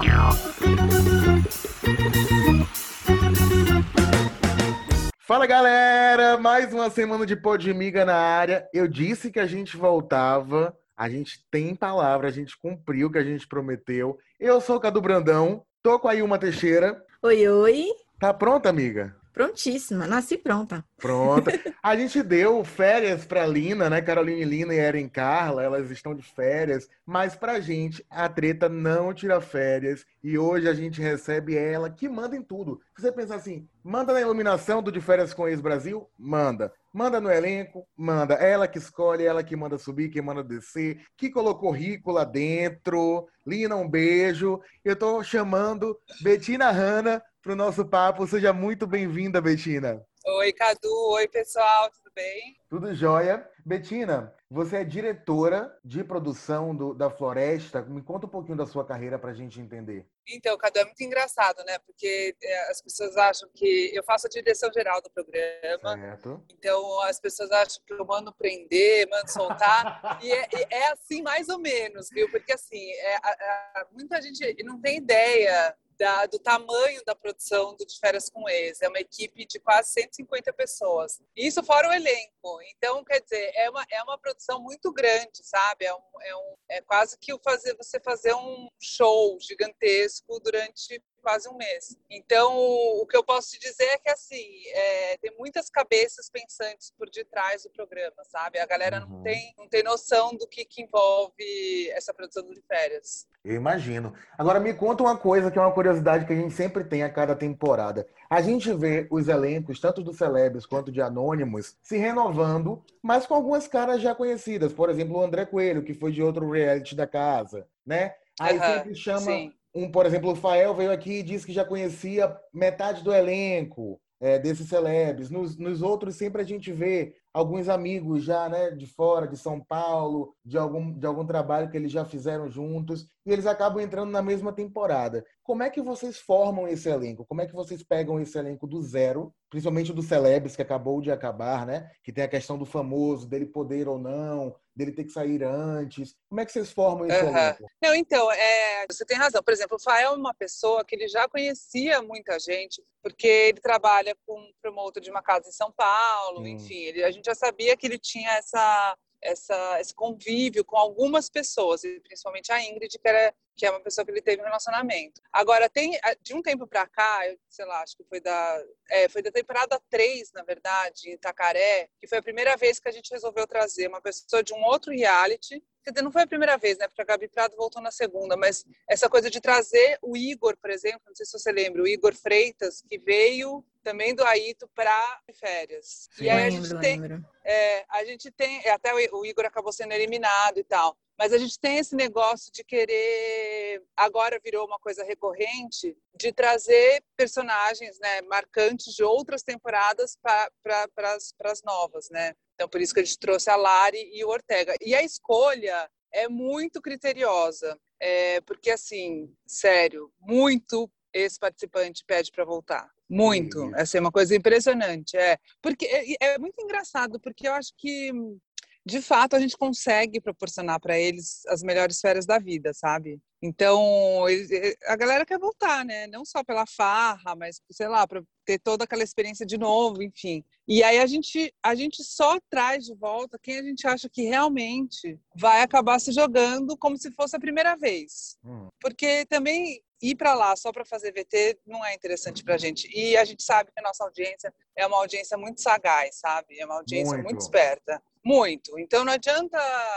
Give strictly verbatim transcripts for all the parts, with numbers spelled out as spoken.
Fala galera, mais uma semana de Podmiga na área. Eu disse que a gente voltava, a gente tem palavra, a gente cumpriu o que a gente prometeu. Eu sou o Cadu Brandão, tô com a Ilma Teixeira. Oi, oi. Tá pronta, amiga? Prontíssima, nasci pronta. Pronta. A gente deu férias pra Lina, né? Caroline Lina e Erin Carla, elas estão de férias, mas pra gente a treta não tira férias e hoje a gente recebe ela que manda em tudo. Se você pensar assim, manda na iluminação do De Férias com Ex-Brasil? Manda. Manda no elenco? Manda. Ela que escolhe, ela que manda subir, que manda descer, que colocou rico lá dentro. Lina, um beijo. Eu tô chamando Betina Hanna pro nosso papo. Seja muito bem-vinda, Betina. Oi, Cadu. Oi, pessoal. Tudo bem? Tudo jóia. Betina, você é diretora de produção do, da Floresta. Me conta um pouquinho da sua carreira para a gente entender. Então, Cadu, é muito engraçado, né? Porque é, as pessoas acham que eu faço a direção geral do programa. Certo. Então, as pessoas acham que eu mando prender, mando soltar. e, é, e é assim, mais ou menos, viu? Porque, assim, é, a, a, muita gente não tem ideia Da, do tamanho da produção do De Férias com Ex. É uma equipe de quase cento e cinquenta pessoas. Isso fora o elenco. Então, quer dizer, é uma, é uma produção muito grande, sabe? É, um, é, um, é quase que fazer, você fazer um show gigantesco durante quase um mês. Então, o que eu posso te dizer é que, assim, é, tem muitas cabeças pensantes por detrás do programa, sabe? A galera uhum. não, tem, não tem noção do que, que envolve essa produção do De Férias. Eu imagino. Agora, me conta uma coisa que é uma curiosidade que a gente sempre tem a cada temporada. A gente vê os elencos, tanto do Celebs quanto de Anônimos, se renovando, mas com algumas caras já conhecidas. Por exemplo, o André Coelho, que foi de outro reality da casa, né? Aí uhum, sempre chama... Sim. Um, por exemplo, o Fael veio aqui e disse que já conhecia metade do elenco é, desses celebres. Nos, nos outros, sempre a gente vê alguns amigos já, né, de fora, de São Paulo, de algum, de algum trabalho que eles já fizeram juntos, e eles acabam entrando na mesma temporada. Como é que vocês formam esse elenco? Como é que vocês pegam esse elenco do zero, principalmente do Celebs, que acabou de acabar, né? Que tem a questão do famoso, dele poder ou não, dele ter que sair antes. Como é que vocês formam esse uhum. elenco? Não, então, é, você tem razão. Por exemplo, o Fael é uma pessoa que ele já conhecia muita gente, porque ele trabalha com um promotor de uma casa em São Paulo, hum. enfim, ele, a gente já sabia que ele tinha essa, essa, esse convívio com algumas pessoas, principalmente a Ingrid, que, era, que é uma pessoa que ele teve um relacionamento. Agora, tem, de um tempo para cá, eu sei lá, acho que foi da, é, foi da temporada três, na verdade, em Itacaré, que foi a primeira vez que a gente resolveu trazer uma pessoa de um outro reality. Quer dizer, não foi a primeira vez, né? Porque a Gabi Prado voltou na segunda, mas essa coisa de trazer o Igor, por exemplo, não sei se você lembra, o Igor Freitas, que veio também do Aito para férias. Sim, e aí lembro, a gente tem, lembro. É, a gente tem, até o Igor acabou sendo eliminado e tal, mas a gente tem esse negócio de querer, agora virou uma coisa recorrente, de trazer personagens, né, marcantes de outras temporadas para pra, as novas, né? Então, por isso que a gente trouxe a Lari e o Ortega. E a escolha é muito criteriosa, é, porque, assim, sério, muito esse participante pede para voltar. Muito. Sim. Essa é uma coisa impressionante. É, porque é, é muito engraçado, porque eu acho que, de fato, a gente consegue proporcionar para eles as melhores férias da vida, sabe? Então, a galera quer voltar, né? Não só pela farra, mas, sei lá, para ter toda aquela experiência de novo, enfim. E aí a gente, a gente só traz de volta quem a gente acha que realmente vai acabar se jogando como se fosse a primeira vez. Hum. Porque também ir para lá só para fazer V T não é interessante para a gente. E a gente sabe que a nossa audiência é uma audiência muito sagaz, sabe? É uma audiência muito, muito esperta. Muito. Então não adianta...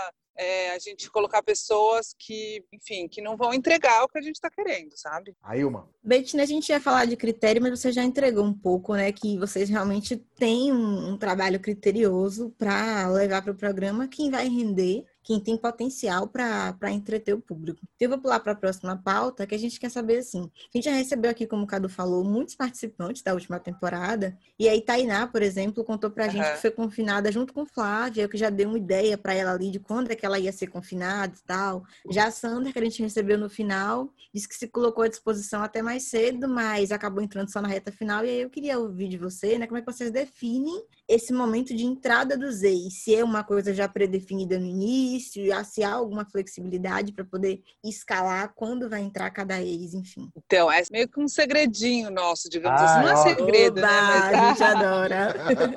É, a gente colocar pessoas que, enfim, que não vão entregar o que a gente está querendo, sabe? A Ilma. Betina, a gente ia falar de critério, mas você já entregou um pouco, né? Que vocês realmente têm um, um trabalho criterioso para levar para o programa quem vai render, quem tem potencial para entreter o público. Eu vou pular para a próxima pauta, que a gente quer saber, assim, a gente já recebeu aqui, como o Cadu falou, muitos participantes da última temporada, e aí Tainá, por exemplo, contou para a uhum. gente que foi confinada junto com Flávia, que já deu uma ideia para ela ali de quando é que ela ia ser confinada e tal. Já a Sandra, que a gente recebeu no final, disse que se colocou à disposição até mais cedo, mas acabou entrando só na reta final, e aí eu queria ouvir de você, né, como é que vocês definem esse momento de entrada dos ex, se é uma coisa já predefinida no início, se há alguma flexibilidade para poder escalar quando vai entrar cada ex, enfim. Então, é meio que um segredinho nosso, digamos assim. Ai, Não é ó. segredo, Oba, né? Mas a gente adora.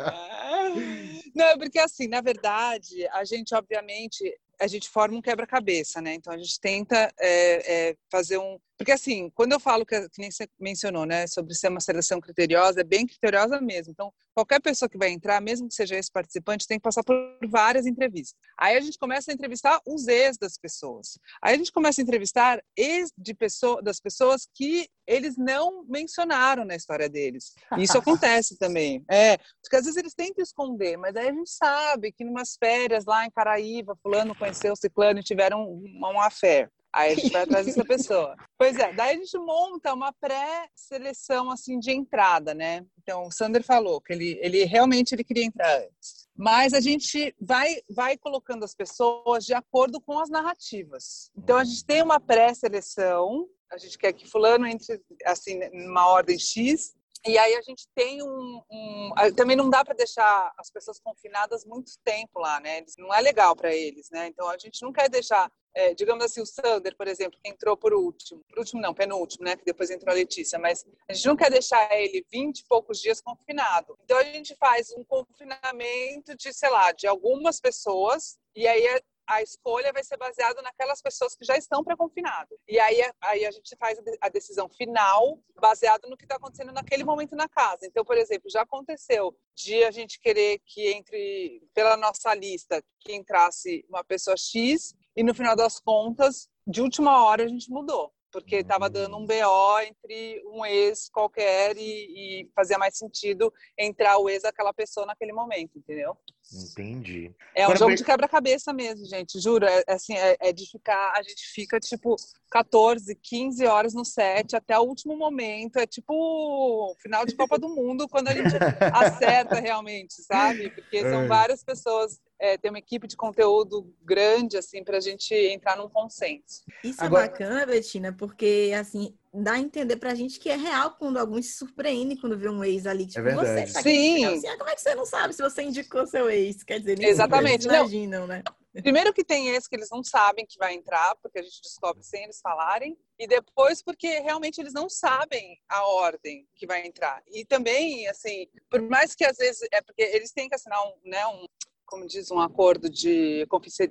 Não, porque assim, na verdade, a gente, obviamente, a gente forma um quebra-cabeça, né? Então, a gente tenta é, é, fazer um... Porque, assim, quando eu falo, que, que nem você mencionou, né, sobre ser uma seleção criteriosa, é bem criteriosa mesmo. Então, qualquer pessoa que vai entrar, mesmo que seja esse participante, tem que passar por várias entrevistas. Aí a gente começa a entrevistar os ex das pessoas. Aí a gente começa a entrevistar ex de pessoa, das pessoas que eles não mencionaram na história deles. E isso acontece também. É, porque às vezes eles tentam esconder, mas aí a gente sabe que numas férias lá em Caraíva, fulano conheceu o ciclano e tiveram uma, uma affair. Aí a gente vai atrás dessa pessoa. Pois é, daí a gente monta uma pré-seleção assim de entrada, né? Então o Sander falou que ele, ele realmente ele queria entrar antes. Mas a gente vai, vai colocando as pessoas de acordo com as narrativas. Então a gente tem uma pré-seleção, a gente quer que fulano entre assim numa ordem X. E aí a gente tem um... um também não dá para deixar as pessoas confinadas muito tempo lá, né? Não é legal para eles, né? Então a gente não quer deixar, é, digamos assim, o Sander, por exemplo, que entrou por último. Por último não, penúltimo, né? Que depois entrou a Letícia. Mas a gente não quer deixar ele vinte e poucos dias confinado. Então a gente faz um confinamento de, sei lá, de algumas pessoas. E aí a, a escolha vai ser baseada naquelas pessoas que já estão pré-confinadas. E aí, aí a gente faz a decisão final baseado no que está acontecendo naquele momento na casa. Então, por exemplo, já aconteceu de a gente querer que entre, pela nossa lista, que entrasse uma pessoa X e no final das contas, de última hora, a gente mudou. Porque estava dando um B O entre um ex qualquer e, e fazia mais sentido entrar o ex daquela pessoa naquele momento, entendeu? Entendi. É um Agora, jogo de quebra-cabeça mesmo, gente, juro. É, assim, é, é de ficar, a gente fica tipo catorze, quinze horas no set até o último momento. É tipo final de Copa do Mundo quando a gente acerta realmente, sabe? Porque são várias pessoas. É, tem uma equipe de conteúdo grande, assim, pra gente entrar num consenso. Isso Agora... é bacana, Betina, porque, assim, dá a entender pra gente que é real quando alguns se surpreendem quando vê um ex ali. Tipo, é você tá aqui Sim. assim, ah, como é que você não sabe se você indicou seu ex? Quer dizer, nem exatamente. Eles imaginam, não. Né? Primeiro que tem ex que eles não sabem que vai entrar, porque a gente descobre sem eles falarem. E depois porque realmente eles não sabem a ordem que vai entrar. E também, assim, por mais que às vezes... É porque eles têm que assinar um, né, um como diz, um acordo de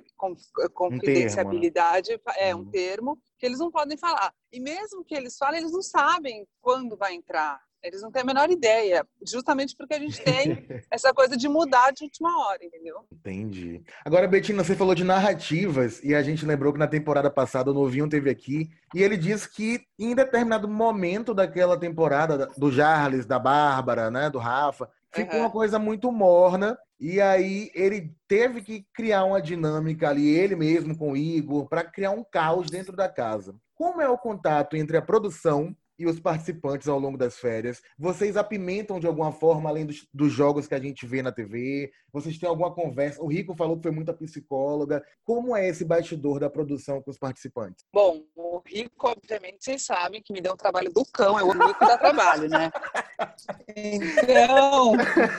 confidencialidade, um termo, né? é um termo que eles não podem falar. E mesmo que eles falem, eles não sabem quando vai entrar. Eles não têm a menor ideia, justamente porque a gente tem essa coisa de mudar de última hora, entendeu? Entendi. Agora, Betina, você falou de narrativas e a gente lembrou que na temporada passada o Novinho teve aqui e ele disse que em determinado momento daquela temporada do Jarles, da Bárbara, né, do Rafa, ficou uhum. uma coisa muito morna. E aí ele teve que criar uma dinâmica ali, ele mesmo com o Igor, para criar um caos dentro da casa. Como é o contato entre a produção e os participantes ao longo das férias? Vocês apimentam de alguma forma, além dos, dos jogos que a gente vê na T V? Vocês têm alguma conversa? O Rico falou que foi muita psicóloga. Como é esse bastidor da produção com os participantes? Bom, o Rico, obviamente, vocês sabem que me deu um trabalho do cão. É o Rico que dá trabalho, né? Então...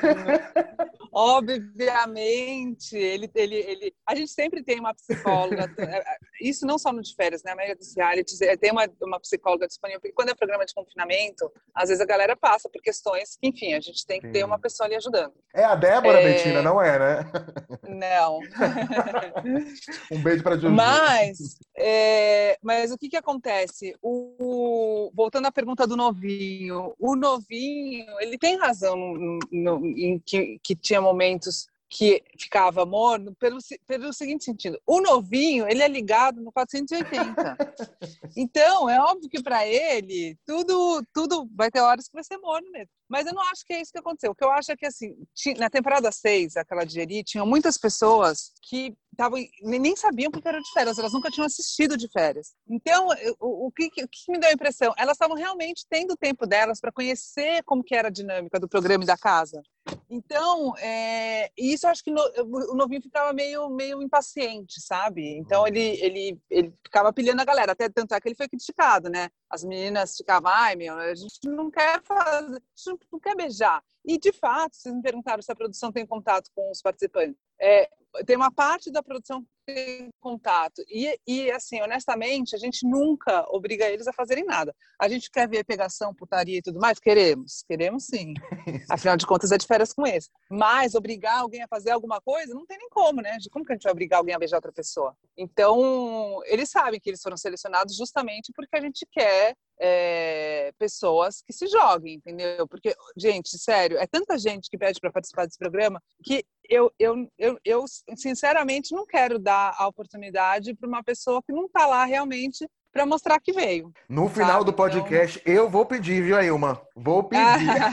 Obviamente, ele, ele, ele, a gente sempre tem uma psicóloga, isso não só no de férias, né? A maioria dos realities tem uma, uma psicóloga disponível, porque quando é programa de confinamento, às vezes a galera passa por questões que, enfim, a gente tem que ter uma pessoa ali ajudando. É a Débora, é... Betina, não é, né? Não. Um beijo pra Juju. Mas, é, mas o que que acontece? O, voltando à pergunta do Novinho, o Novinho, ele tem razão no, no, em que, que tinha momentos que ficava morno pelo, pelo seguinte sentido. O Novinho, ele é ligado no quatrocentos e oitenta. Então, é óbvio que para ele, tudo, tudo vai ter horas que vai ser morno mesmo. Mas eu não acho que é isso que aconteceu. O que eu acho é que, assim, na temporada seis, aquela de Eri, tinham muitas pessoas que tavam, nem sabiam o que era de férias, elas nunca tinham assistido de férias. Então, o, o, que, o que me deu a impressão? Elas estavam realmente tendo o tempo delas para conhecer como que era a dinâmica do programa e da casa. Então, é, isso eu acho que no, o novinho ficava meio, meio impaciente, sabe? Então, ele, ele, ele ficava pilhando a galera, até tanto é que ele foi criticado, né? As meninas ficavam, ai, meu, a gente não quer fazer, a gente não quer beijar. E, de fato, vocês me perguntaram se a produção tem contato com os participantes. É, tem uma parte da produção que tem contato. E, e, assim, honestamente, a gente nunca obriga eles a fazerem nada. A gente quer ver pegação, putaria e tudo mais? Queremos. Queremos, sim. Afinal de contas, é de férias com esse. Mas obrigar alguém a fazer alguma coisa, não tem nem como, né? Como que a gente vai obrigar alguém a beijar outra pessoa? Então, eles sabem que eles foram selecionados justamente porque a gente quer é, pessoas que se joguem, entendeu? Porque, gente, sério, é tanta gente que pede para participar desse programa que eu, eu, eu, eu, sinceramente, não quero dar a oportunidade para uma pessoa que não está lá realmente para mostrar que veio. No final sabe? do podcast, então... eu vou pedir, viu, Ailma? Vou pedir.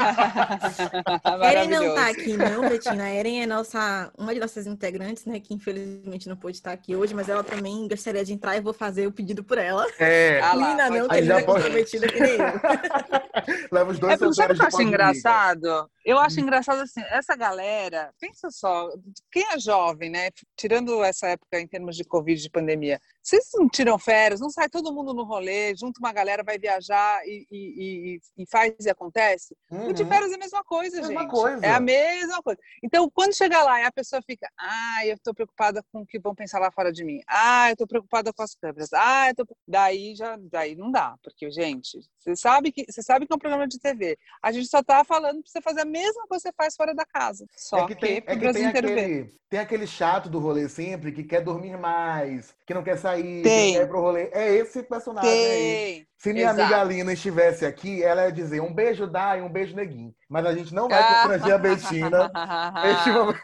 Eren não tá aqui, não, Betina. A Eren é nossa, uma de nossas integrantes, né? Que infelizmente não pôde estar aqui hoje, mas ela também gostaria de entrar e eu vou fazer o pedido por ela. É. Ah lá, Lina, não, que Aí ele já é pode... comprometida que nem eu. Leva os dois é porque sabe o que eu acho de engraçado? Eu acho engraçado assim, essa galera, pensa só, quem é jovem, né? Tirando essa época em termos de Covid, de pandemia, vocês não tiram férias, não sai todo mundo no rolê, junta uma galera, vai viajar e, e, e, e faz e acontece? Uhum. O de férias é a mesma coisa, mesma gente. Coisa. É a mesma coisa. Então, quando chega lá e a pessoa fica, ah, eu tô preocupada com o que vão pensar lá fora de mim. Ah, eu tô preocupada com as câmeras. Ah, eu tô... Daí já, daí não dá, porque, gente, você sabe que, você sabe que é um programa de T V. A gente só tá falando pra você fazer a mesma coisa que você faz fora da casa. Só é que tem, que, é que tem aquele, tem aquele chato do rolê sempre que quer dormir mais, que não quer sair, tem. que não quer ir pro rolê. É esse personagem tem. aí. Se minha Exato. amiga Alina estivesse aqui, ela ia dizer um beijo Dai, um beijo Neguinho. Mas a gente não vai constranger a Betina neste momento.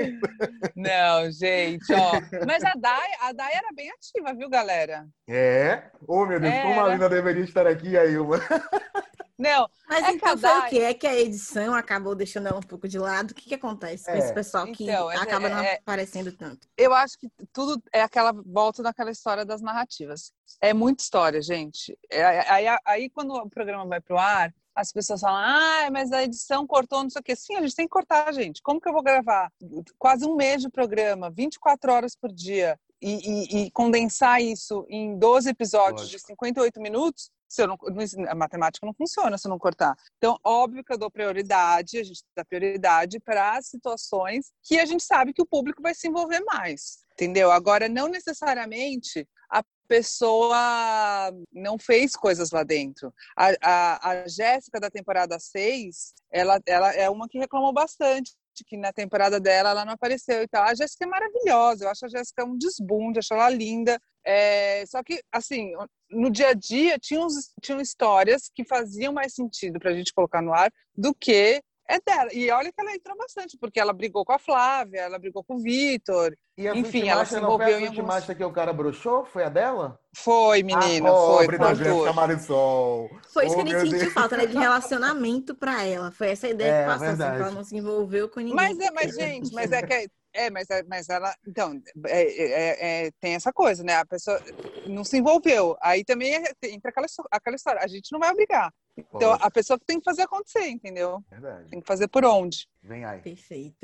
Não, gente, ó. Mas a Dai, a Dai era bem ativa, viu, galera? É? Oh, meu Deus, era. Como a Alina deveria estar aqui, Ailma. Não, mas é então foi Dai... o quê? É que a edição acabou deixando ela um pouco de lado. O que, que acontece é. com esse pessoal que então, acaba é, não é, aparecendo tanto? Eu acho que tudo é aquela volta daquela história das narrativas. É muita história, gente. É, aí, aí, aí quando o programa vai pro ar, as pessoas falam, ah, mas a edição cortou, não sei o quê. Sim, a gente tem que cortar, gente. Como que eu vou gravar quase um mês de programa, vinte e quatro horas por dia, e, e, e condensar isso em doze episódios Lógico. de cinquenta e oito minutos? Se eu não, a matemática não funciona se eu não cortar. Então, óbvio que eu dou prioridade, a gente dá prioridade para situações que a gente sabe que o público vai se envolver mais, entendeu? Agora, não necessariamente a pessoa não fez coisas lá dentro. A, a, a Jéssica da temporada seis, ela, ela é uma que reclamou bastante, que na temporada dela ela não apareceu e tal. A Jéssica é maravilhosa, eu acho a Jéssica um desbunde, acho ela linda. É, só que, assim, no dia a dia tinham, tinham histórias que faziam mais sentido pra gente colocar no ar do que é dela. E olha que ela entrou bastante, porque ela brigou com a Flávia, ela brigou com o Vitor. E a Enfim, ela se envolveu em alguns... A que o cara broxou? Foi a dela? Foi, menina, a foi. Pobre da Jéssica Marisol. Foi isso oh, que a gente sentiu falta, né? De relacionamento pra ela. Foi essa ideia é, que passou, assim, que ela não se envolveu com ninguém. Mas, é, mas gente, mas é que... É, mas, mas ela... Então, é, é, é, tem essa coisa, né? A pessoa não se envolveu. Aí também entra aquela, aquela história. A gente não vai obrigar. Então, Pode. a pessoa tem que fazer acontecer, entendeu? Verdade. Tem que fazer por onde. Vem aí. Perfeito.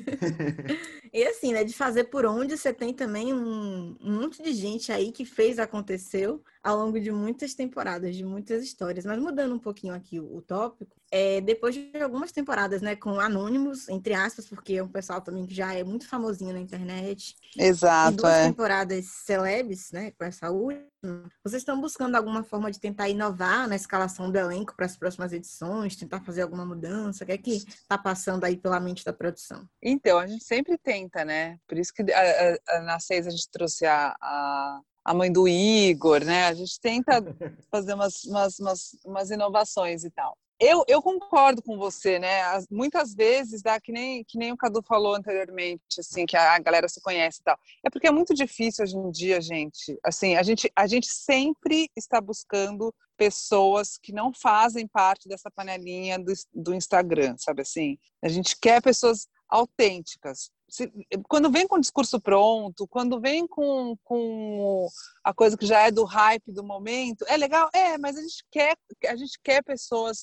E assim, né? De fazer por onde, você tem também um, um monte de gente aí que fez, aconteceu ao longo de muitas temporadas, de muitas histórias. Mas mudando um pouquinho aqui o, o tópico, é, depois de algumas temporadas, né? Com anônimos, entre aspas, porque é um pessoal também que já é muito famosinho na internet. Exato, e duas é. temporadas celebres, né? Com essa última. Vocês estão buscando alguma forma de tentar inovar na escalação do elenco para as próximas edições, tentar fazer alguma mudança? O que é que está passando aí pela mente da produção? Então, a gente sempre tenta, né? Por isso que a, a, na seis a gente trouxe a, a, a mãe do Igor, né? A gente tenta fazer umas, umas, umas, umas inovações e tal. Eu, eu concordo com você, né? As, muitas vezes dá que nem, que nem o Cadu falou anteriormente, assim, que a, a galera se conhece e tal. É porque é muito difícil hoje em dia, gente. Assim, a gente, a gente sempre está buscando pessoas que não fazem parte dessa panelinha do, do Instagram, sabe assim? A gente quer pessoas autênticas. se, quando vem com o discurso pronto, quando vem com, com a coisa que já é do hype do momento, é legal, é, mas a gente quer, a gente quer pessoas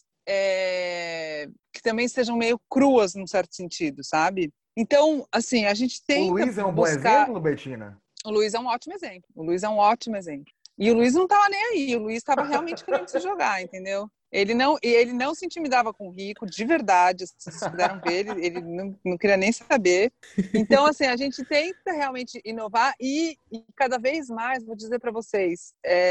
é, que também sejam meio cruas, num certo sentido, sabe? Então, assim, a gente tenta O Luiz é um buscar... bom exemplo, Betina? O Luiz é um ótimo exemplo. O Luiz é um ótimo exemplo. E o Luiz não estava nem aí. O Luiz estava realmente querendo se jogar, entendeu? Ele não, e ele não se intimidava com o Rico, de verdade. Vocês puderam ver, ele, ele não, não queria nem saber. Então, assim, a gente tenta realmente inovar e, e cada vez mais, vou dizer para vocês,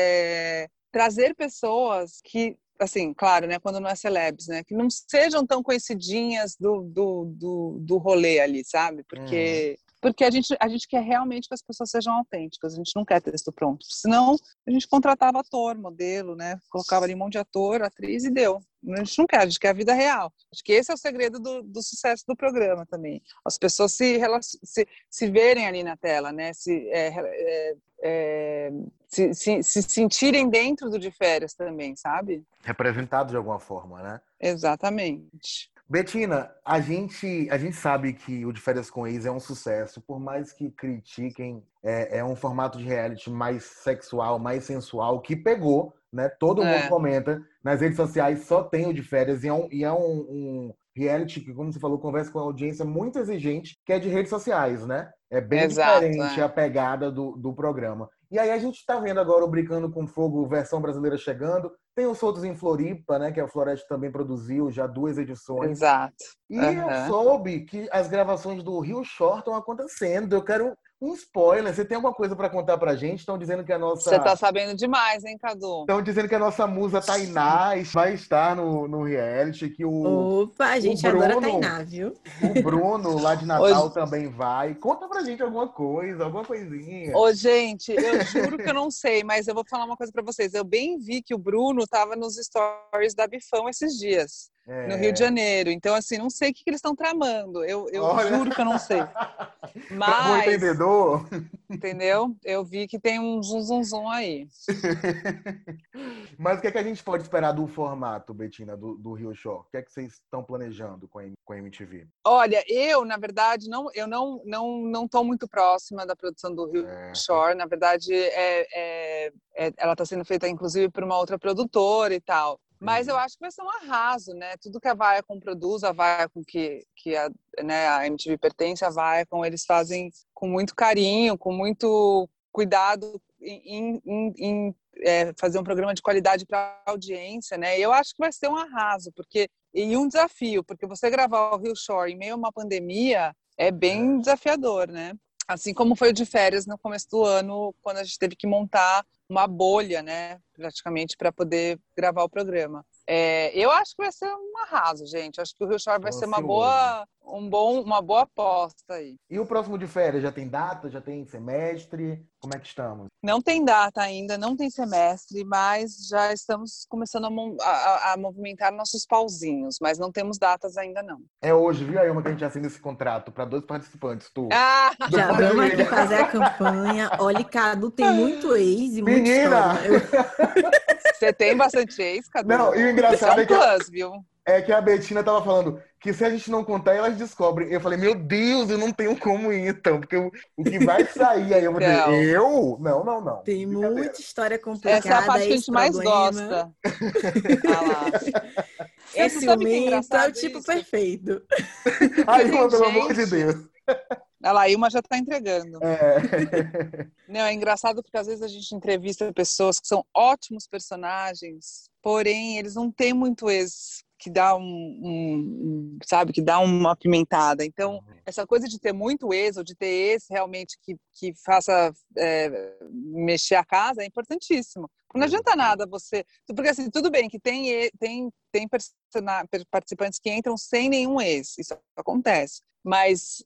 é, trazer pessoas que, assim, claro, né, quando não é celebs, né, que não sejam tão conhecidinhas do, do, do, do rolê ali, sabe? Porque... Uhum. Porque a gente, a gente quer realmente que as pessoas sejam autênticas, a gente não quer texto pronto. Senão, a gente contratava ator, modelo, né? Colocava ali um monte de ator, atriz e deu. A gente não quer, a gente quer a vida real. Acho que esse é o segredo do, do sucesso do programa também. As pessoas se, se, se verem ali na tela, né? Se, é, é, é, se, se, se sentirem dentro do de férias também, sabe? Representado de alguma forma, né? Exatamente. Betina, a gente, a gente sabe que o De Férias com Ex é um sucesso, por mais que critiquem, é, é um formato de reality mais sexual, mais sensual, que pegou, né? Todo É. mundo comenta, nas redes sociais só tem o De Férias, e é um, e é um, um reality que, como você falou, conversa com uma audiência muito exigente, que é de redes sociais, né? É bem Exato, diferente é. a pegada do, do programa. E aí a gente está vendo agora o Brincando com Fogo, versão brasileira chegando. Tem os Soltos em Floripa, né? Que a Floresta também produziu já duas edições. Exato. E Uhum. eu soube que as gravações do Rio Shore estão acontecendo. Eu quero um spoiler. Você tem alguma coisa para contar pra gente? Estão dizendo que a nossa... Você tá sabendo demais, hein, Cadu? Estão dizendo que a nossa musa Tainá vai estar no, no reality, que o... Opa, a gente o Bruno, adora Tainá, viu? O Bruno, lá de Natal, Hoje... também vai. Conta pra gente alguma coisa, alguma coisinha. Ô, gente, eu juro que eu não sei, mas eu vou falar uma coisa pra vocês. Eu bem vi que o Bruno tava nos stories da Bifão esses dias, é. no Rio de Janeiro. Então, assim, não sei o que, que eles estão tramando. Eu, eu juro que eu não sei. Mas... Bom entendedor. Entendeu? Eu vi que tem um zum, zum, zum aí. Mas o que é que a gente pode esperar do formato, Betina, do, do Rio Shore? O que é que vocês estão planejando com a, com a M T V? Olha, eu, na verdade, não, eu não não não estou muito próxima da produção do Rio é. Shore. Na verdade, é, é, é, ela está sendo feita, inclusive, por uma outra produtora e tal. Mas eu acho que vai ser um arraso, né? Tudo que a Viacom produz, a Viacom que, que a, né, a M T V pertence, a Viacom, eles fazem com muito carinho, com muito cuidado em, em, em é, fazer um programa de qualidade para a audiência, né? E eu acho que vai ser um arraso, porque e um desafio, porque você gravar o Rio Shore em meio a uma pandemia é bem desafiador, né? Assim como foi o de férias no começo do ano, quando a gente teve que montar uma bolha, né, praticamente, para poder gravar o programa. É, eu acho que vai ser um arraso, gente. Acho que o Rio Shore vai ser uma boa, um bom, uma boa aposta aí. E o próximo de férias, já tem data? Já tem semestre? Como é que estamos? Não tem data ainda, não tem semestre, mas já estamos começando a, a, a movimentar nossos pauzinhos, mas não temos datas ainda não. É hoje, viu, Ailma, que a gente assina esse contrato para dois participantes, tu. Ah, já vamos aqui fazer a campanha. Olha, Cadu tem muito ex e muita história. Você tem bastante ex, Cadu? Não, e o engraçado é, um é que... plus, viu? É que a Betina tava falando que se a gente não contar, elas descobrem. Eu falei, meu Deus, eu não tenho como ir, então, porque o, o que vai sair aí, eu vou dizer, eu? Não, não, não. Tem muita história complicada. Essa é a parte que a gente mais gosta. Ah lá. Esse ciumento é o tipo isso? Perfeito. Ai, Ilma, pelo amor de Deus. Olha lá, a Ilma já tá entregando. É. Não, é engraçado porque às vezes a gente entrevista pessoas que são ótimos personagens, porém eles não têm muito ex que dá um, um, um sabe, que dá uma pimentada. Então, essa coisa de ter muito ex ou de ter ex realmente que, que faça é, mexer a casa é importantíssimo. Não adianta nada você... Porque assim, tudo bem que tem, tem, tem participantes que entram sem nenhum ex, isso acontece. Mas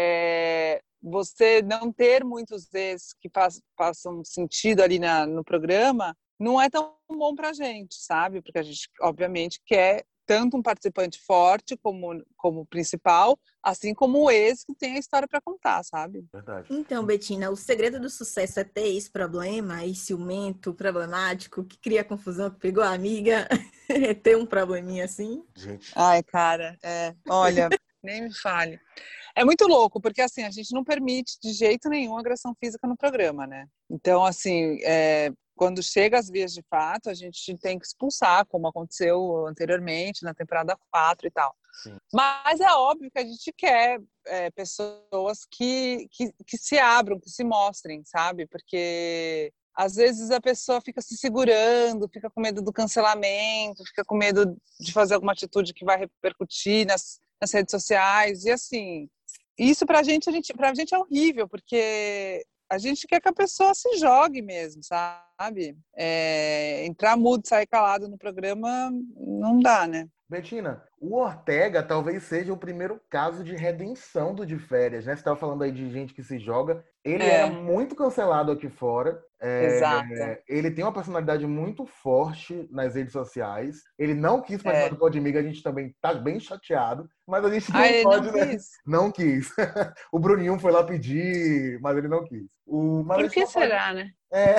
é, você não ter muitos ex que faz, façam sentido ali na, no programa não é tão bom pra gente, sabe? Porque a gente, obviamente, quer tanto um participante forte como, como principal, assim como o ex que tem a história para contar, sabe? Verdade. Então, Betina, o segredo do sucesso é ter esse problema, esse ciumento problemático que cria confusão, que pegou a amiga, é ter um probleminha assim? Gente. Ai, cara, é, olha... nem me fale. É muito louco, porque assim, a gente não permite de jeito nenhum agressão física no programa, né? Então, assim, é, quando chega às vias de fato, a gente tem que expulsar, como aconteceu anteriormente, na temporada quatro e tal. Sim. Mas é óbvio que a gente quer é, pessoas que, que, que se abram, que se mostrem, sabe? Porque às vezes a pessoa fica se segurando, fica com medo do cancelamento, fica com medo de fazer alguma atitude que vai repercutir nas, nas redes sociais. E assim, isso pra gente, a gente, pra gente é horrível, porque a gente quer que a pessoa se jogue mesmo, sabe? É, entrar mudo, sair calado no programa, não dá, né? Betina, o Ortega talvez seja o primeiro caso de redenção do De Férias, né? Você estava falando aí de gente que se joga. Ele era É, muito cancelado aqui fora. exato. É, ele tem uma personalidade muito forte nas redes sociais. Ele não quis participar É. do Podmiga, a gente também tá bem chateado, mas a gente Ah, não ele não pode, né? quis? Não quis. O Bruninho foi lá pedir, mas ele não quis. O, mas a Por gente que não pode. será, né? É,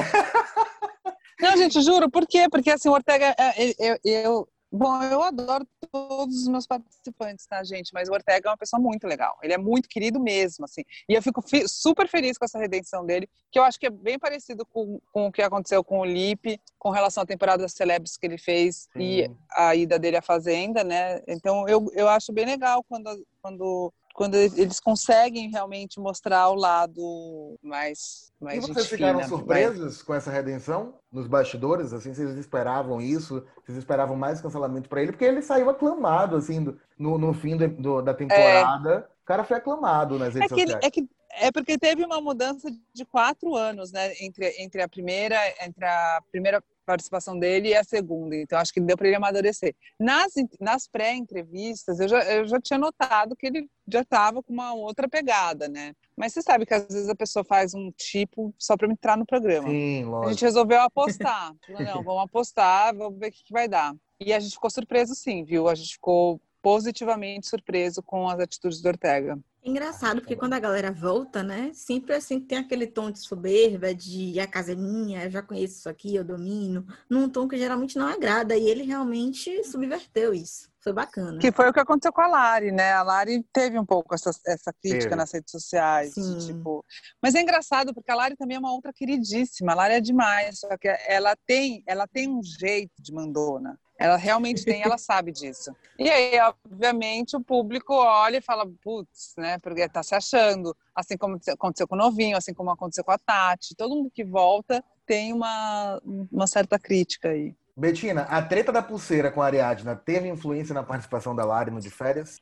Não, gente, juro, por quê? Porque assim, o Ortega, é, eu, eu, bom, eu adoro todos os meus participantes, tá, gente? Mas o Ortega é uma pessoa muito legal. Ele é muito querido mesmo, assim. E eu fico fi- super feliz com essa redenção dele, que eu acho que é bem parecido com, com o que aconteceu com o Lipe, com relação à temporada das Celebs que ele fez e sim. a ida dele à Fazenda, né? Então, eu, eu acho bem legal quando, quando, quando eles conseguem realmente mostrar o lado mais, E mais vocês gente ficaram fina, vai. surpresos com essa redenção nos bastidores? Assim, vocês esperavam isso? Vocês esperavam mais cancelamento para ele? Porque ele saiu aclamado, assim, do- no, no fim do- do- da É, temporada. O cara foi aclamado nas É redes que, ele- sociais. é que é porque teve uma mudança de quatro anos, né, entre, entre a primeira entre a primeira participação dele e a segunda. Então acho que deu para ele amadurecer. Nas en- nas pré-entrevistas eu já eu já tinha notado que ele já estava com uma outra pegada, né? Mas você sabe que às vezes a pessoa faz um tipo só para entrar no programa. Sim, A gente lógico. resolveu apostar. Falou, não, vamos apostar, vamos ver o que que vai dar. E a gente ficou surpreso, sim, viu? A gente ficou positivamente surpreso com as atitudes do Ortega. Engraçado, porque quando a galera volta, né? Sempre assim tem aquele tom de soberba, de a casa é minha, eu já conheço isso aqui, eu domino, num tom que geralmente não agrada, e ele realmente subverteu isso. Foi bacana. Que foi o que aconteceu com a Lari, né? A Lari teve um pouco essa, essa crítica Teve. nas redes sociais, de Sim. tipo. Mas é engraçado, porque a Lari também é uma outra queridíssima. A Lari é demais, só que ela tem, ela tem um jeito de mandona. Ela realmente tem, ela sabe disso. E aí, obviamente, o público olha e fala, putz, né? Porque tá se achando. Assim como aconteceu com o Novinho, assim como aconteceu com a Tati. Todo mundo que volta tem uma, uma certa crítica aí. Betina, a treta da pulseira com a Ariadna teve influência na participação da Lari no De Férias?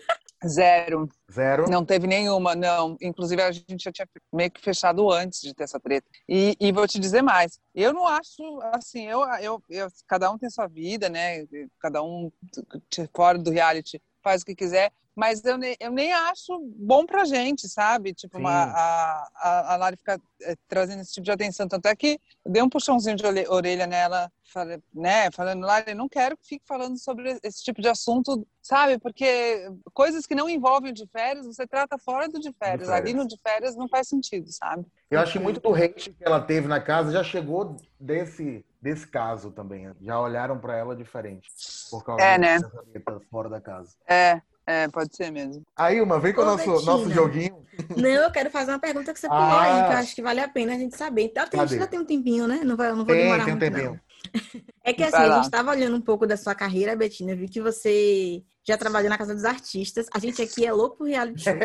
Zero. Zero? Não teve nenhuma, não. Inclusive, a gente já tinha meio que fechado antes de ter essa treta. E, e vou te dizer mais. Eu não acho, assim, eu, eu, eu, cada um tem sua vida, né? Cada um fora do reality faz o que quiser. Mas eu, ne, eu nem acho bom pra gente, sabe? Tipo, uma, Sim. a, a, a Lari ficar é, trazendo esse tipo de atenção. Tanto é que eu dei um puxãozinho de orelha nela, falei, né? Falando, Lari, eu não quero que fique falando sobre esse tipo de assunto, sabe? Porque coisas que não envolvem o de férias, você trata fora do de De férias. Ali no Férias. de férias não faz sentido, sabe? Eu acho que muito do Perfeito. hate que ela teve na casa já chegou desse, desse caso também. Já olharam para ela diferente por causa É, desse- né? dessa treta fora da casa. É, é, pode ser mesmo. Aí, uma, vem com o Ô, nosso, nosso Betina, joguinho. não, eu quero fazer uma pergunta que você pulou aí, que eu Ah, acho que vale a pena a gente saber. Então, a gente cadê? já tem um tempinho, né? Não vai, eu não vou Tem, demorar tem um muito, não. tempinho. É que assim, Vai a gente lá. estava olhando um pouco da sua carreira, Betina, vi que você já trabalhou na Casa dos Artistas. A gente aqui é louco por reality show.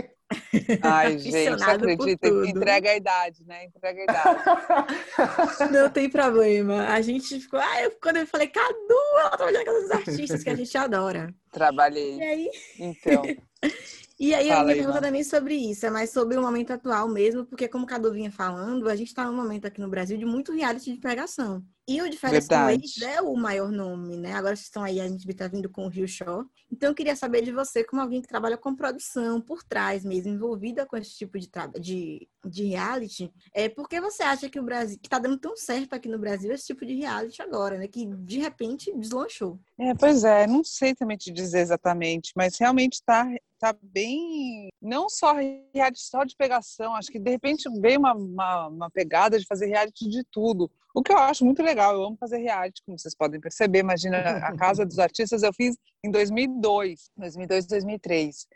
Ai, gente, você Aficionado por acredita? tudo. Entrega a idade, né? Entrega a idade. Não tem problema. A gente ficou. Ah, eu, quando eu falei, Cadu, ela trabalhou na Casa dos Artistas, que a gente adora. E Trabalhei. aí, Então, e aí a fala minha aí, pergunta mano. não é nem sobre isso, é mais sobre o momento atual mesmo, porque como o Cadu vinha falando, a gente está num momento aqui no Brasil de muito reality de pegação. E o de Férias com Ex Verdade. é o maior nome, né? Agora vocês estão aí, a gente está vindo com o Rio Show. Então eu queria saber de você, como alguém que trabalha com produção, por trás mesmo, envolvida com esse tipo de, tra- de de reality, é porque você acha que o Brasil, que tá dando tão certo aqui no Brasil esse tipo de reality agora, né? Que de repente deslanchou. É, pois é, não sei também te dizer exatamente, mas realmente tá, tá bem, não só reality só de pegação, acho que de repente veio uma, uma, uma pegada de fazer reality de tudo, o que eu acho muito legal, eu amo fazer reality, como vocês podem perceber, imagina, a Casa dos Artistas eu fiz em dois mil e dois, dois mil e dois, dois mil e três,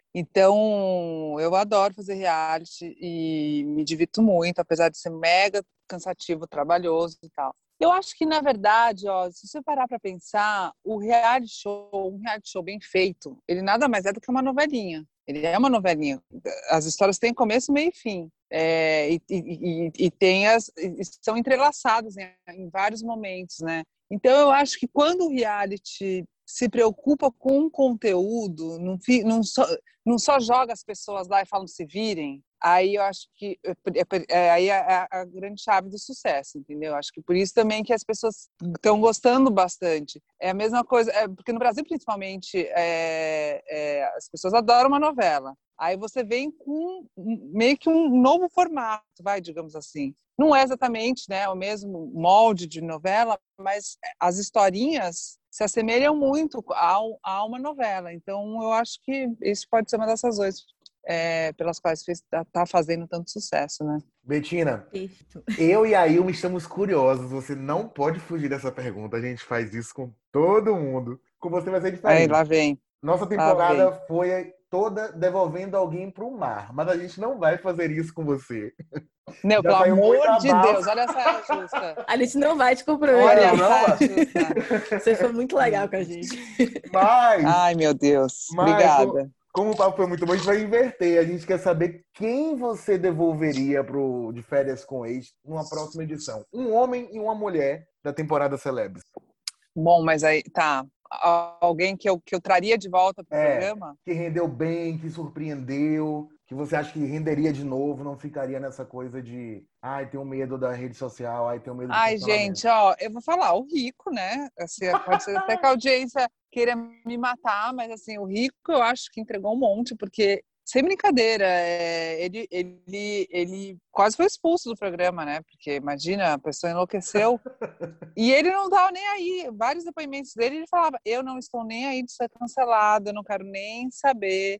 então eu adoro fazer reality e me divirto muito, apesar de ser mega cansativo, trabalhoso e tal. Eu acho que, na verdade, ó, se você parar para pensar, o reality show, um reality show bem feito, ele nada mais é do que uma novelinha. Ele é uma novelinha. As histórias têm começo, meio e fim. É, e, e, e, e tem as, e são entrelaçadas em, em vários momentos, né? Então, eu acho que quando o reality se preocupa com o conteúdo, não, não, só, não só joga as pessoas lá e falam se virem, aí eu acho que é, é, aí é a, a grande chave do sucesso, entendeu? Acho que por isso também que as pessoas estão gostando bastante. É a mesma coisa, é, porque no Brasil, principalmente, é, é, as pessoas adoram uma novela. Aí você vem com meio que um novo formato, vai, digamos assim. Não é exatamente, né, o mesmo molde de novela, mas as historinhas se assemelham muito a, a uma novela. Então, eu acho que isso pode ser uma dessas razões é, pelas quais está fazendo tanto sucesso, né? Betina, Perfeito. eu e a Ilma estamos curiosos. Você não pode fugir dessa pergunta. A gente faz isso com todo mundo. Com você vai ser Aí, diferente. lá vem. Nossa Lá temporada vem. foi toda devolvendo alguém para o mar, mas a gente não vai fazer isso com você. Não, Já pelo saiu muito amor de abaixo. Deus, olha a saia justa. A gente não vai te Olha comprometer. a Não, não saia vai. justa. Você foi muito legal com a gente. Mas, Ai, meu Deus. mas co- Obrigada. como o papo foi muito bom, a gente vai inverter. A gente quer saber quem você devolveria pro de férias com ex numa próxima edição. Um homem e uma mulher da temporada Celebs. Bom, mas aí, tá. Alguém que eu, que eu traria de volta pro É, programa? que rendeu bem, que surpreendeu, que você acha que renderia de novo, não ficaria nessa coisa de, ai, tenho medo da rede social, ai, tenho medo do Ai, cancelamento. gente, ó, eu vou falar, o Rico, né? Assim, pode ser até que a audiência queira me matar, mas assim, o Rico eu acho que entregou um monte, porque, sem brincadeira, é, ele, ele, ele quase foi expulso do programa, né? Porque, imagina, a pessoa enlouqueceu. E ele não estava nem aí. Vários depoimentos dele, ele falava, eu não estou nem aí de ser cancelado, eu não quero nem saber,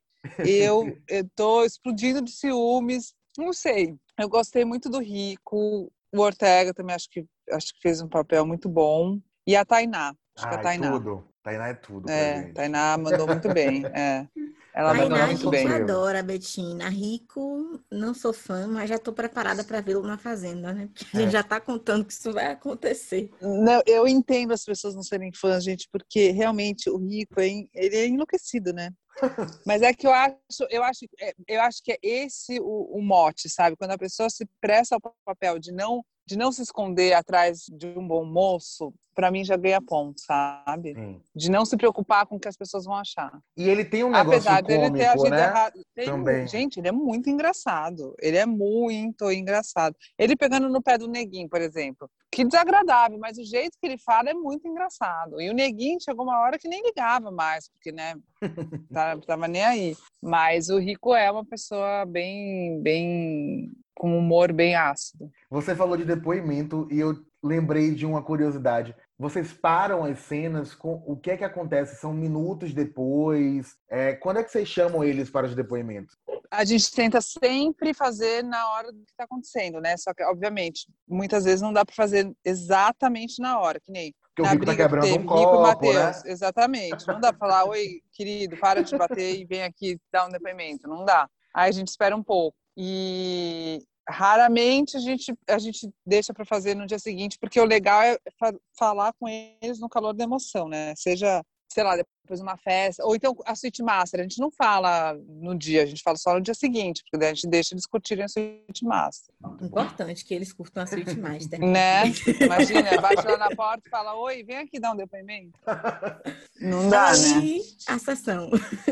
eu estou explodindo de ciúmes, não sei. Eu gostei muito do Rico, o Ortega também acho que, acho que fez um papel muito bom. E a Tainá, acho que a Ai, Tainá. tudo. Tainá é tudo pra É, gente. Tainá mandou muito bem. É. Ela Tainá é mandou Tainá, a nosso muito gente bem. conselheiro. adora a Betina. Rico, não sou fã, mas já estou preparada para vê-lo na Fazenda, né? Porque a gente É. já está contando que isso vai acontecer. Não, eu entendo as pessoas não serem fãs, gente, porque realmente o Rico, hein, ele é enlouquecido, né? Mas é que eu acho, eu acho, eu acho que é esse o, o mote, sabe? Quando a pessoa se presta ao papel de não, de não se esconder atrás de um bom moço, para mim já ganha ponto, sabe? Sim. De não se preocupar com o que as pessoas vão achar. E ele tem um negócio Apesar dele ter cômico, agido né? errado. Tem, Também. gente, ele é muito engraçado. Ele é muito engraçado. Ele pegando no pé do Neguinho, por exemplo. Que desagradável, mas o jeito que ele fala é muito engraçado. E o Neguinho chegou uma hora que nem ligava mais, porque, né, tava nem aí. Mas o Rico é uma pessoa bem, bem, com um humor bem ácido. Você falou de depoimento e eu lembrei de uma curiosidade. Vocês param as cenas com o que é que acontece? São minutos depois? É, quando é que vocês chamam eles para os depoimentos? A gente tenta sempre fazer na hora do que está acontecendo, né? Só que, obviamente, muitas vezes não dá para fazer exatamente na hora, que nem Porque o na Rico tá briga que quebrando um teve, Rico e copo, Matheus. né? Exatamente. Não dá para falar, oi, querido, para de bater e vem aqui dar um depoimento. Não dá. Aí a gente espera um pouco. E raramente a gente, a gente deixa para fazer no dia seguinte, porque o legal é fa- falar com eles no calor da emoção, né? Seja, sei lá, depois de uma festa, ou então a suíte master, a gente não fala no dia, a gente fala só no dia seguinte, porque daí a gente deixa eles curtirem a suíte master. Importante que eles curtam a Suite Master. Né? Imagina, bate lá na porta e fala, oi, vem aqui dar um depoimento. Não dá, né? Aí, a sessão.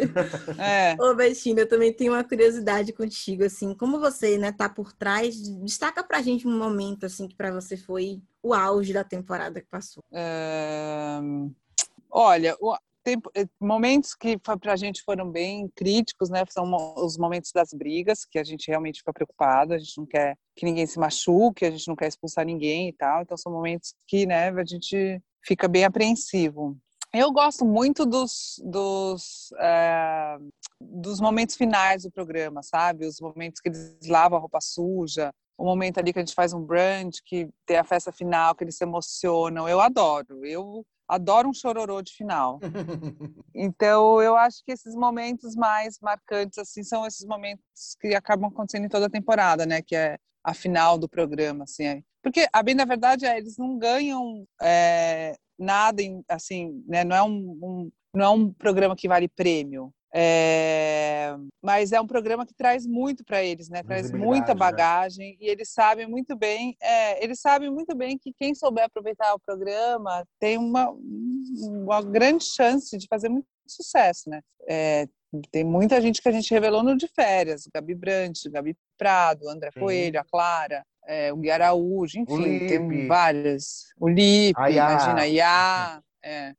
É. Ô, Betina, eu também tenho uma curiosidade contigo, assim, como você, né, tá por trás, destaca pra gente um momento, assim, que pra você foi o auge da temporada que passou. É... Olha, tem momentos que para a gente foram bem críticos, né? São os momentos das brigas, que a gente realmente fica preocupado, a gente não quer que ninguém se machuque, a gente não quer expulsar ninguém e tal. Então são momentos que, né, a gente fica bem apreensivo. Eu gosto muito dos, dos, é, dos momentos finais do programa, sabe? Os momentos que eles lavam a roupa suja, o momento ali que a gente faz um brunch, que tem a festa final, que eles se emocionam. Eu adoro. Eu adoro um chororô de final. Então, eu acho que esses momentos mais marcantes, assim, são esses momentos que acabam acontecendo em toda a temporada, né? Que é a final do programa, assim. É. Porque, a bem da verdade, é, eles não ganham é, nada, assim, né? Não é um, um, não é um programa que vale prêmio. É, mas é um programa que traz muito para eles, né? Traz muita bagagem, né? E eles sabem muito bem, é, eles sabem muito bem que quem souber aproveitar o programa tem uma, uma grande chance de fazer muito sucesso, né? É, tem muita gente que a gente revelou no De Férias, Gabi Brandt, Gabi Prado, André Sim. Coelho, a Clara, é, o Gui Araújo, enfim, tem vários. O Lipe, imagina, a Iá. É.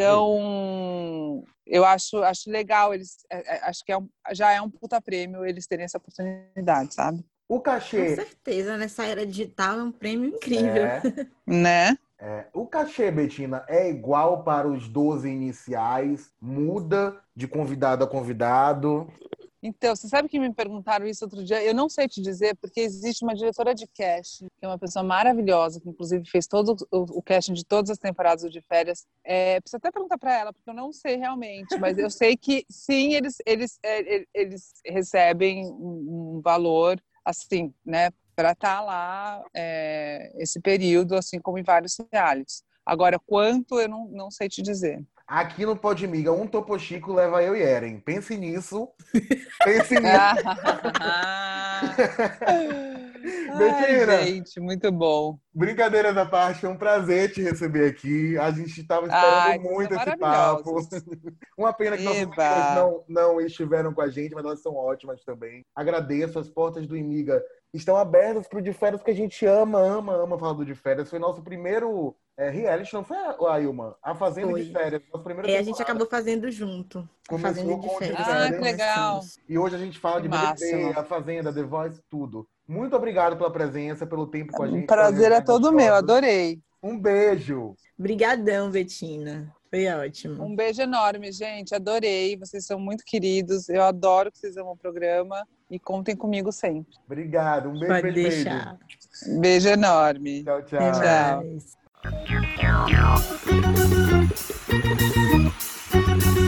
Então, eu acho, acho legal, eles, é, é, acho que é um, já é um puta prêmio eles terem essa oportunidade, sabe? O cachê... Com certeza, nessa era digital é um prêmio incrível. É. Né? É. O cachê, Betina, é igual para os doze iniciais? Muda de convidado a convidado? Então, você sabe que me perguntaram isso outro dia? Eu não sei te dizer, porque existe uma diretora de casting, que é uma pessoa maravilhosa, que inclusive fez todo o, o casting de todas as temporadas do De Férias. É, preciso até perguntar para ela, porque eu não sei realmente, mas eu sei que sim, eles, eles, é, eles recebem um, um valor, assim, né, para estar lá é, esse período, assim como em vários realities. Agora, quanto, eu não, não sei te dizer. Aqui no Podmiga, um Topo Chico leva eu e Eren. Pense nisso. Pense nisso. Betina, ai, gente, muito bom. Brincadeiras à parte, foi um prazer te receber aqui. A gente estava esperando ai, muito esse papo. Uma pena que nossas meninas não, não estiveram com a gente, mas elas são ótimas também. Agradeço, as portas do Imiga estão abertas para o De Férias, que a gente ama, ama, ama falar do De Férias. Foi nosso primeiro é, reality, não foi, Ailma? A Fazenda foi. De Férias. Nossa primeira é, temporada. A gente acabou fazendo junto. Começou com o De Férias. Ah, que legal. E hoje a gente fala que de B B B, a Fazenda, The Voice, tudo. Muito obrigado pela presença, pelo tempo com a gente. O prazer é todo gostosos. Meu, adorei. Um beijo. Obrigadão, Betina. Foi ótimo. Um beijo enorme, gente. Adorei. Vocês são muito queridos. Eu adoro que vocês amam o programa. E contem comigo sempre. Obrigado. Um beijo, Pode beijo, deixar. beijo. Beijo enorme. Tchau, tchau. Até mais. Tchau.